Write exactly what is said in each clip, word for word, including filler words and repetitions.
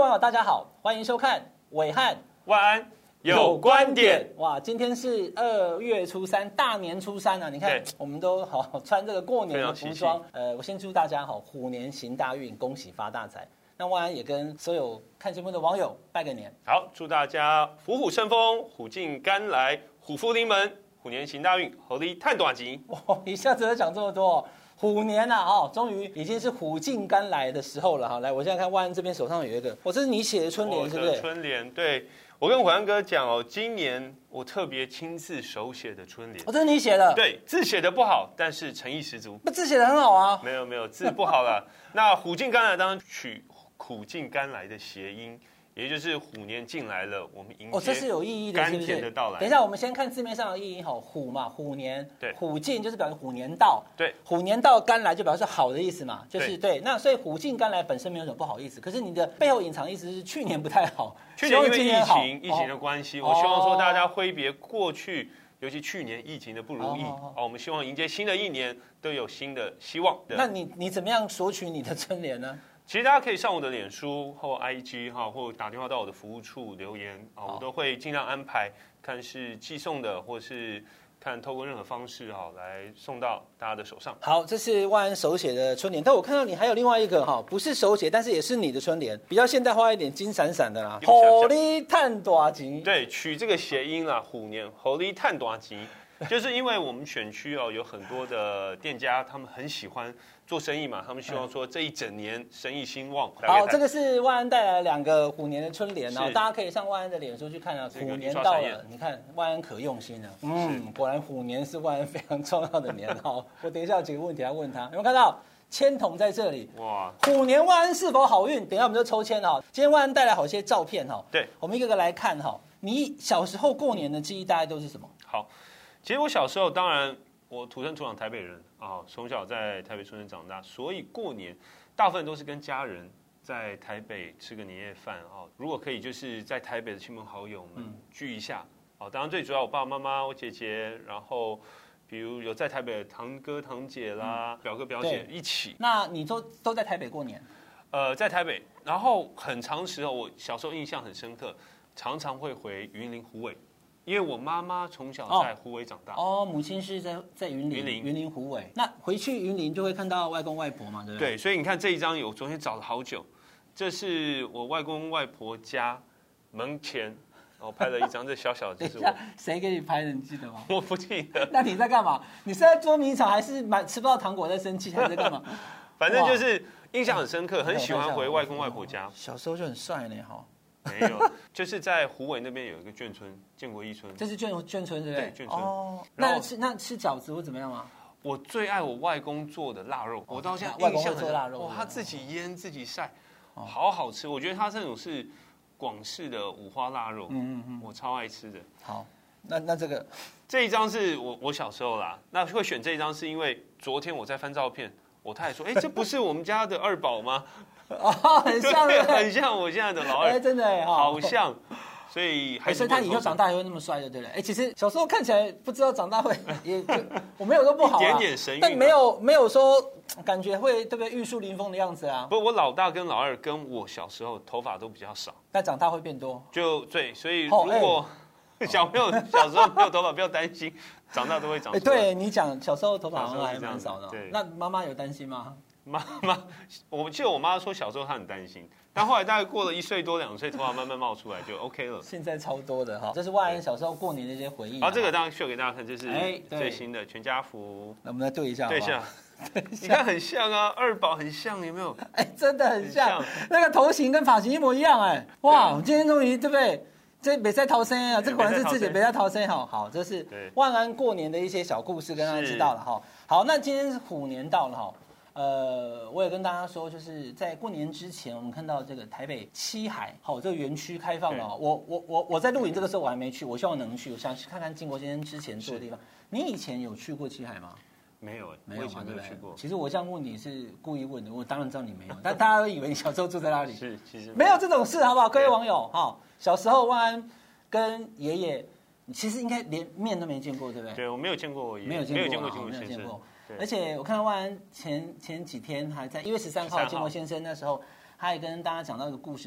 网友大家好，欢迎收看暐瀚万安有观点。 哇，今天是二月初三，大年初三啊！你看，我们都好穿这个过年的服装。呃，我先祝大家好，虎年行大运，恭喜发大财。那万安也跟所有看节目的网友拜个年。 好，祝大家虎虎生风，虎进甘来，虎福临门，虎年行大运，猴力探短吉。 哇，一下子讲这么多、哦。虎年啊，哦，终于已经是虎进甘来的时候了哈。来，我现在看万安这边手上有一个，我、哦、这是你写的春联，是不是？ 春联，对。我跟暐瀚哥讲哦，今年我特别亲自手写的春联。 哦，这是你写的？ 对，字写的不好，但是诚意十足。 那字写的很好啊。 没有没有，字不好了。那虎进甘来当然取苦尽甘来的谐音。也就是虎年进来了，我们迎接哦，这是有意义的， 甘甜的到来。 等一下，我们先看字面上的意义哈，虎嘛，虎年， 对， 虎进就是表示虎年到， 对， 虎年到甘来就表示好的意思嘛，就是对。那所以虎进甘来本身没有什么不好意思，可是你的背后隐藏意思是去年不太好， 去年因为疫情疫情的关系， 哦、 我希望说大家挥别过去，尤其去年疫情的不如意，哦，我们希望迎接新的一年都有新的希望。 那你你怎么样索取你的春联呢？ 其实大家可以上我的脸书或 I G 哈，或打电话到我的服务处留言啊，我都会尽量安排，看是寄送的，或是看透过任何方式哈来送到大家的手上。 好，这是万安手写的春联，但我看到你还有另外一个哈，不是手写，但是也是你的春联，比较现代化一点，金闪闪的啦。虎力探大吉。 对，取这个谐音啦，虎年虎力探大吉。就是因为我们选区哦有很多的店家，他们很喜欢做生意嘛，他们希望说这一整年生意兴旺。 好，这个是万安带来两个虎年的春联哦，大家可以上万安的脸书去看啊。虎年到了，你看万安可用心了，嗯，果然虎年是万安非常重要的年哈。我等一下有几个问题要问他，有没有看到签筒在这里？哇，虎年万安是否好运？等一下我们就抽签哈。今天万安带来好些照片哈， 对， 我们一个个来看哈。你小时候过年的记忆大概都是什么？ 好。其实我小时候，当然我土生土长台北人啊，从小在台北出生长大，所以过年大部分都是跟家人在台北吃个年夜饭啊。如果可以，就是在台北的亲朋好友们聚一下啊。当然最主要我爸爸妈妈、我姐姐，然后比如有在台北的堂哥堂姐啦、嗯、表哥表姐一起。 那你都都在台北过年？ 呃，在台北，然后很长时候，我小时候印象很深刻，常常会回云林虎尾。因为我妈妈从小在虎尾长大， 哦，哦母亲是在在云林，云林云林虎尾。那回去云林就会看到外公外婆嘛，对不对？ 对，所以你看这一张，我昨天找了好久，这是我外公外婆家门前，我拍了一张，这小小的就是我。 谁给你拍的？你记得吗？ 我不记得。 那你在干嘛？你是在捉迷藏，还是买吃不到糖果在生气，还是在干嘛？ 反正就是印象很深刻，很喜欢回外公外婆家。 小时候就很帅呢，哈。 没有，就是在虎尾那边有一个眷村，建国一村。 这是眷眷村对不对？ 对，眷村。 哦，那吃那吃饺子或怎么样吗？ 我最爱我外公做的腊肉，我到现在印象很腊肉， 哇，他自己腌自己晒，好好吃。我觉得他这种是广式的五花腊肉，嗯嗯嗯，我超爱吃的。 好，那那这个这一张是我我小时候啦，那会选这一张是因为昨天我在翻照片，我太太说，哎，这不是我们家的二宝吗？ 哦，很像， 很像我现在的老二， 哎，真的哎， 好像，所以还是他以后长大也会那么帅的，对不对？哎，其实小时候看起来不知道长大会也，我没有说不好， 一点点神韵， 但没有没有说感觉会对不对玉树临风的样子啊？ 不，我老大跟老二跟我小时候头发都比较少， 但长大会变多， 就对，所以如果小朋友小时候没有头发，不要担心，长大都会长出来。 对你讲小时候头发好像还蛮少的， 对， 那妈妈有担心吗？ 妈妈，我记得我妈说小时候她很担心，但后来大概过了一岁多两岁，头发慢慢冒出来就 OK 了。 现在超多的哈，这是万安小时候过年的一些回忆。 好，这个当然秀给大家看，这是最新的全家福。 那我们来对一下， 对一下，你看很像啊，二宝很像，有没有？ 哎，真的很像，那个头型跟发型一模一样哎。哇，我们今天终于对不对？这北塞逃生啊，这果然是自己北塞逃生哈。好，这是万安过年的一些小故事，跟大家知道了哈。好，那今天是虎年到了哈。呃，我也跟大家说，就是在过年之前，我们看到这个台北七海，好，这个园区开放了。我我我我在录影这个时候我还没去，我希望能去，我想去看看靖国先生之前住的地方。你以前有去过七海吗？ 没有哎， 没有嘛，对不对？ 其实我这样问你是故意问的，我当然知道你没有，但大家都以为你小时候住在那里。 是，其实没有这种事，好不好？各位网友，哈，小时候万安跟爷爷，其实应该连面都没见过，对不对？ 对，我没有见过我爷爷， 没有见过， 没有见过靖国先生。 而且我看到万安前前几天还在一月十三号靖国先生那时候，他也跟大家讲到一个故事，就是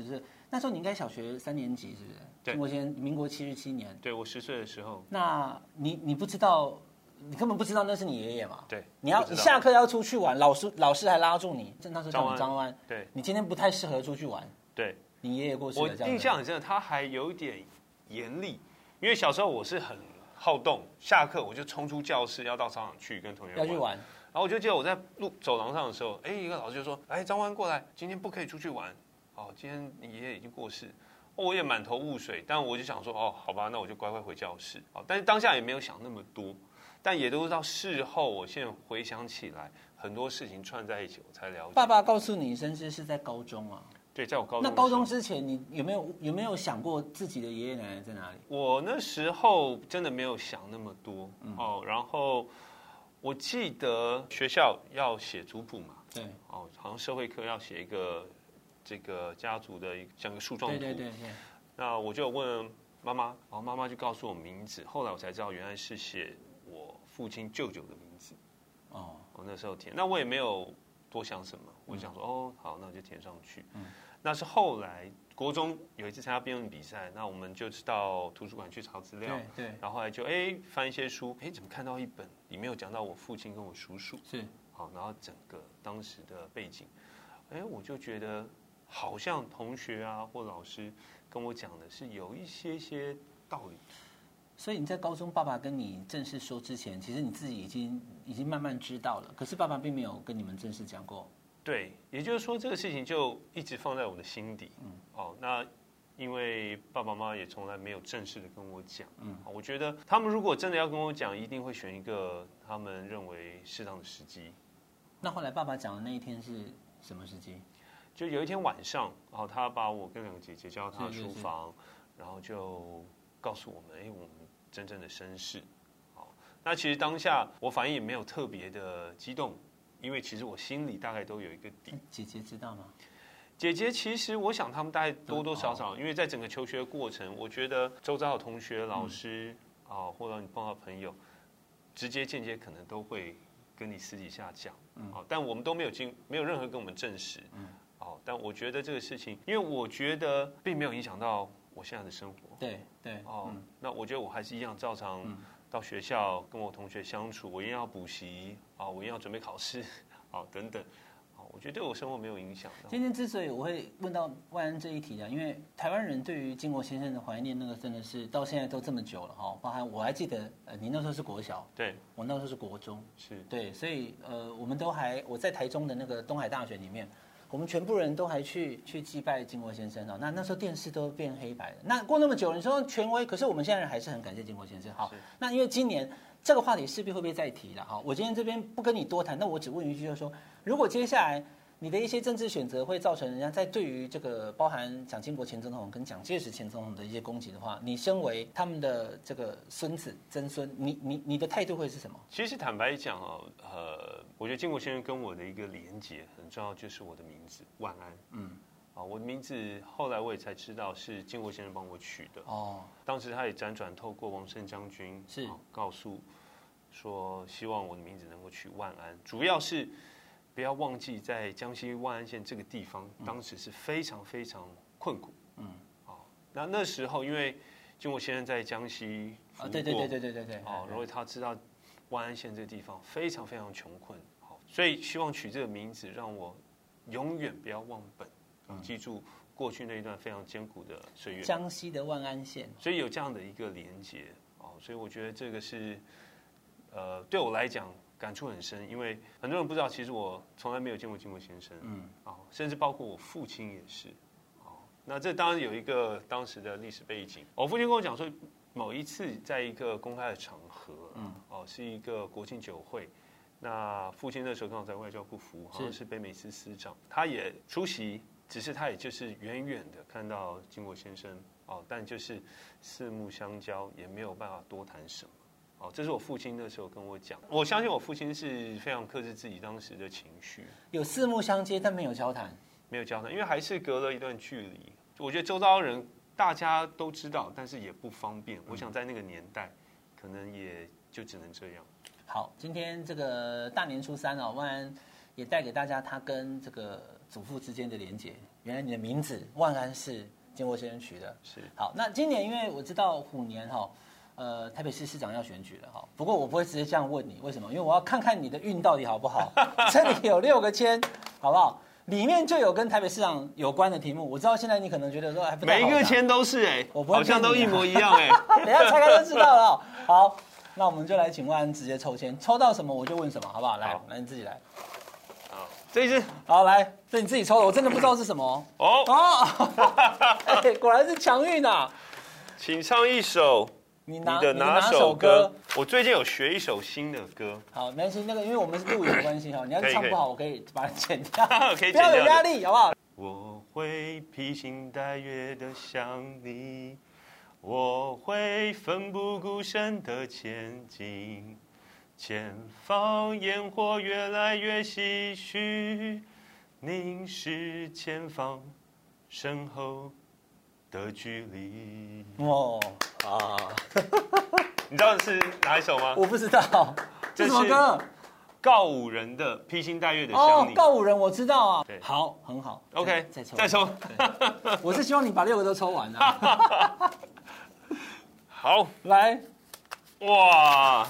那时候你应该小学三年级，是不是？ 对， 经国先生，民国七十七年。 对，我十岁的时候。 那你你不知道，你根本不知道那是你爷爷嘛？ 对。 你要你下课要出去玩，老师老师还拉住你，那时候叫你张湾。 对。 你今天不太适合出去玩。 对。 你爷爷过世了， 我印象很深，他还有一点严厉，因为小时候我是很好动，下课我就冲出教室，要到操场去跟同学要去玩。 然后我就记得我在路走廊上的时候，哎，一个老师就说：“哎，张湾过来，今天不可以出去玩。哦，今天你爷爷已经过世。”我也满头雾水，但我就想说：“哦，好吧，那我就乖乖回教室。”哦，但是当下也没有想那么多，但也都是到事后，我现在回想起来，很多事情串在一起，我才了解。 爸爸告诉你生日是在高中啊？ 对，在我高中。 那高中之前，你有没有有没有想过自己的爷爷奶奶在哪里？ 我那时候真的没有想那么多、嗯、哦。然后我记得学校要写族谱嘛， 对， 哦，好像社会课要写一个这个家族的像个树状图。 对对对对。 那我就问妈妈，然后妈妈就告诉我名字。后来我才知道，原来是写我父亲舅舅的名字。哦，我那时候填，那我也没有多想什么，我就想说，嗯、哦，好，那我就填上去。嗯。那是后来国中有一次参加辩论比赛，那我们就到图书馆去查资料， 对对， 然后后来就哎翻一些书，哎怎么看到一本里面有讲到我父亲跟我叔叔， 是好，然后整个当时的背景，哎我就觉得好像同学啊或老师跟我讲的是有一些些道理。 所以你在高中爸爸跟你正式说之前，其实你自己已经已经慢慢知道了，可是爸爸并没有跟你们正式讲过。 对，也就是说这个事情就一直放在我的心底。嗯，哦，那因为爸爸妈妈也从来没有正式的跟我讲。嗯，我觉得他们如果真的要跟我讲，一定会选一个他们认为适当的时机。 那后来爸爸讲的那一天是什么时机？ 就有一天晚上，然后他把我跟两个姐姐叫到他书房，然后就告诉我们，哎，我们真正的身世。好，那其实当下我反应也没有特别的激动。因为其实我心里大概都有一个底。 姐姐知道吗？ 姐姐其实我想他们大概多多少少，因为在整个求学的过程，我觉得周遭的同学、老师啊，或者你碰到朋友，直接间接可能都会跟你私底下讲，啊，但我们都没有经没有任何跟我们证实，哦，但我觉得这个事情，因为我觉得并没有影响到我现在的生活。 对对。 哦，那我觉得我还是一样照常。到学校跟我同学相处，我一定要补习啊，我一定要准备考试啊，等等啊，我觉得对我生活没有影响。 今天之所以我会问到万安这一题啊，因为台湾人对于经国先生的怀念，那个真的是到现在都这么久了哈，包含我还记得，呃，你那时候是国小， 对， 我那时候是国中， 是对，所以呃，我们都还我在台中的那个东海大学里面。我们全部人都还去去祭拜经国先生哦，那那时候电视都变黑白的。那过那么久，你说权威，可是我们现在人还是很感谢经国先生。好，那因为今年这个话题势必会被再提了哈。我今天这边不跟你多谈，那我只问一句，就是说，如果接下来你的一些政治选择会造成人家在对于这个包含蒋经国前总统跟蒋介石前总统的一些攻击的话，你身为他们的这个孙子曾孙，你你你的态度会是什么？ 其实坦白讲哦，呃，我觉得经国先生跟我的一个连结很重要，就是我的名字万安。嗯，啊，我的名字后来我也才知道是经国先生帮我取的。哦，当时他也辗转透过王胜将军是、啊、告诉说，希望我的名字能够取万安，主要是。不要忘记，在江西万安县这个地方，当时是非常非常困苦。嗯，好，那那时候因为经国先生在江西服务过， 对对对对对对对， 哦，然后他知道万安县这个地方非常非常穷困，好，所以希望取这个名字，让我永远不要忘本，嗯、记住过去那一段非常艰苦的岁月。 江西的万安县， 所以有这样的一个连结，哦，所以我觉得这个是，呃，对我来讲。感触很深，因为很多人不知道，其实我从来没有见过经国先生，嗯，啊、哦，甚至包括我父亲也是，哦，那这当然有一个当时的历史背景。我父亲跟我讲说，某一次在一个公开的场合，嗯，哦，是一个国庆酒会，那父亲那时候刚好在外交部服务，好像是北美司司长，他也出席，只是他也就是远远的看到经国先生，哦，但就是四目相交，也没有办法多谈什么。哦，这是我父亲那时候跟我讲，我相信我父亲是非常克制自己当时的情绪， 有四目相接，但没有交谈， 没有交谈，因为还是隔了一段距离。我觉得周遭人大家都知道，但是也不方便。我想在那个年代，可能也就只能这样。 好，今天这个大年初三哦，万安也带给大家他跟这个祖父之间的连结。原来你的名字万安是经过先驱的。 是。 好，那今年因为我知道虎年哈。呃，台北市市长要选举了哈，不过我不会直接这样问你，为什么？因为我要看看你的运到底好不好。这里有六个签，好不好？里面就有跟台北市长有关的题目。我知道现在你可能觉得说还不太好， 每一个签都是哎、欸， 我不会好像都一模一样哎、欸。 等一下拆开就知道了。好，那我们就来请万安直接抽签，抽到什么我就问什么，好不好？来，来你自己来。 好，这一支。 好，来，这你自己抽的，我真的不知道是什么。哦哦，哎，果然是强运啊！ 请唱一首。 你的哪首歌？我最近有学一首新的歌。 好，没关系，那个因为我们是录影的关系哈，你要是唱不好，我可以把它剪掉， 可以不要有压力，好不好？ 我会披星戴月的想你，我会奋不顾身的前进，前方烟火越来越唏嘘，凝视前方，身后。的距离哦啊， 你知道是哪一首吗？ 我不知道，这什么歌？ 告五人的披星戴月的想你。 哦，告五人我知道啊。对，好，很好。 OK， 再抽， 再抽。 我是希望你把六个都抽完啊。 好， 来， 哇，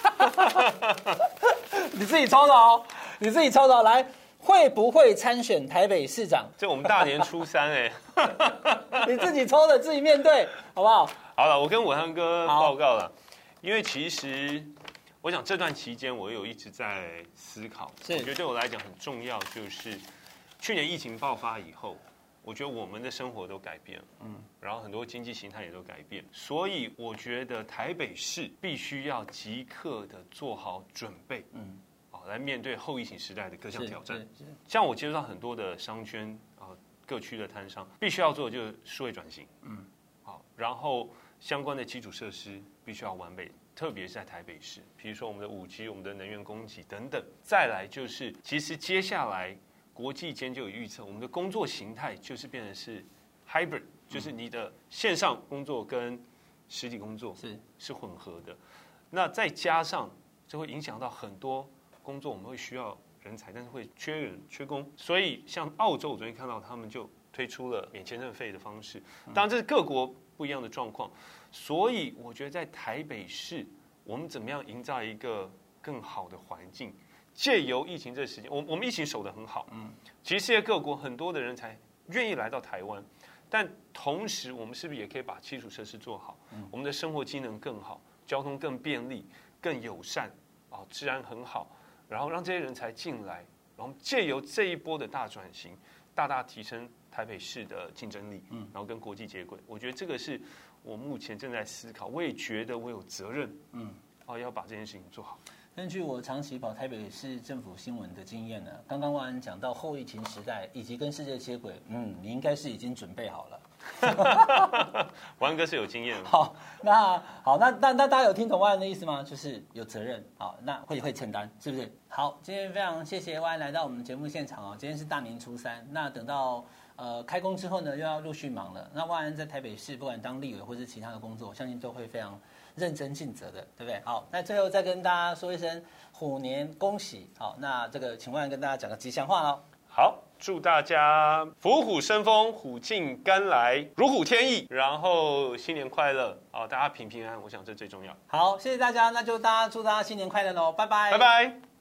你自己抽的哦，你自己抽的，来。会不会参选台北市长？ 这我们大年初三哎、 欸，你自己抽的，自己面对，好不好？ 好了，我跟伟汉哥报告了，因为其实我想这段期间我有一直在思考，我觉得对我来讲很重要，就是去年疫情爆发以后，我觉得我们的生活都改变了，嗯，然后很多经济形态也都改变，所以我觉得台北市必须要即刻的做好准备，嗯。来面对后疫情时代的各项挑战，像我接触到很多的商圈啊，各区的摊商，必须要做的就是数位转型，嗯，好，然后相关的基础设施必须要完备，特别是在台北市，比如说我们的五 G、我们的能源供给等等。再来就是，其实接下来国际间就有预测，我们的工作形态就是变成是 hybrid， 就是你的线上工作跟实体工作是是混合的。那再加上，这会影响到很多。工作我们会需要人才，但是会缺人缺工，所以像澳洲，我昨天看到他们就推出了免签证费的方式。当然这是各国不一样的状况，所以我觉得在台北市，我们怎么样营造一个更好的环境？借由疫情这个时间，我我们疫情守得很好，嗯，其实世界各国很多的人才愿意来到台湾，但同时我们是不是也可以把基础设施做好？嗯，我们的生活机能更好，交通更便利、更友善，啊，治安很好。然后让这些人才进来，然后借由这一波的大转型，大大提升台北市的竞争力，嗯，然后跟国际接轨。我觉得这个是我目前正在思考，我也觉得我有责任，嗯，哦，要把这件事情做好。 根据我长期跑台北市政府新闻的经验呢，刚刚万安讲到后疫情时代以及跟世界接轨，嗯，你应该是已经准备好了。 万哥是有经验的。 好，那好，那那那大家有听懂万安的意思吗？就是有责任，好，那会会承担，是不是？好，今天非常谢谢万安来到我们节目现场哦。今天是大年初三，那等到呃开工之后呢，又要陆续忙了。那万安在台北市，不管当立委或是其他的工作，我相信都会非常认真尽责的，对不对？好，那最后再跟大家说一声虎年恭喜。好，那这个请万安跟大家讲个吉祥话喽。 好。祝大家虎虎生风，虎进甘来，如虎添翼，然后新年快乐啊！大家平平安安，我想这最重要。 好，谢谢大家，那就大家祝大家新年快乐喽，拜拜， 拜拜。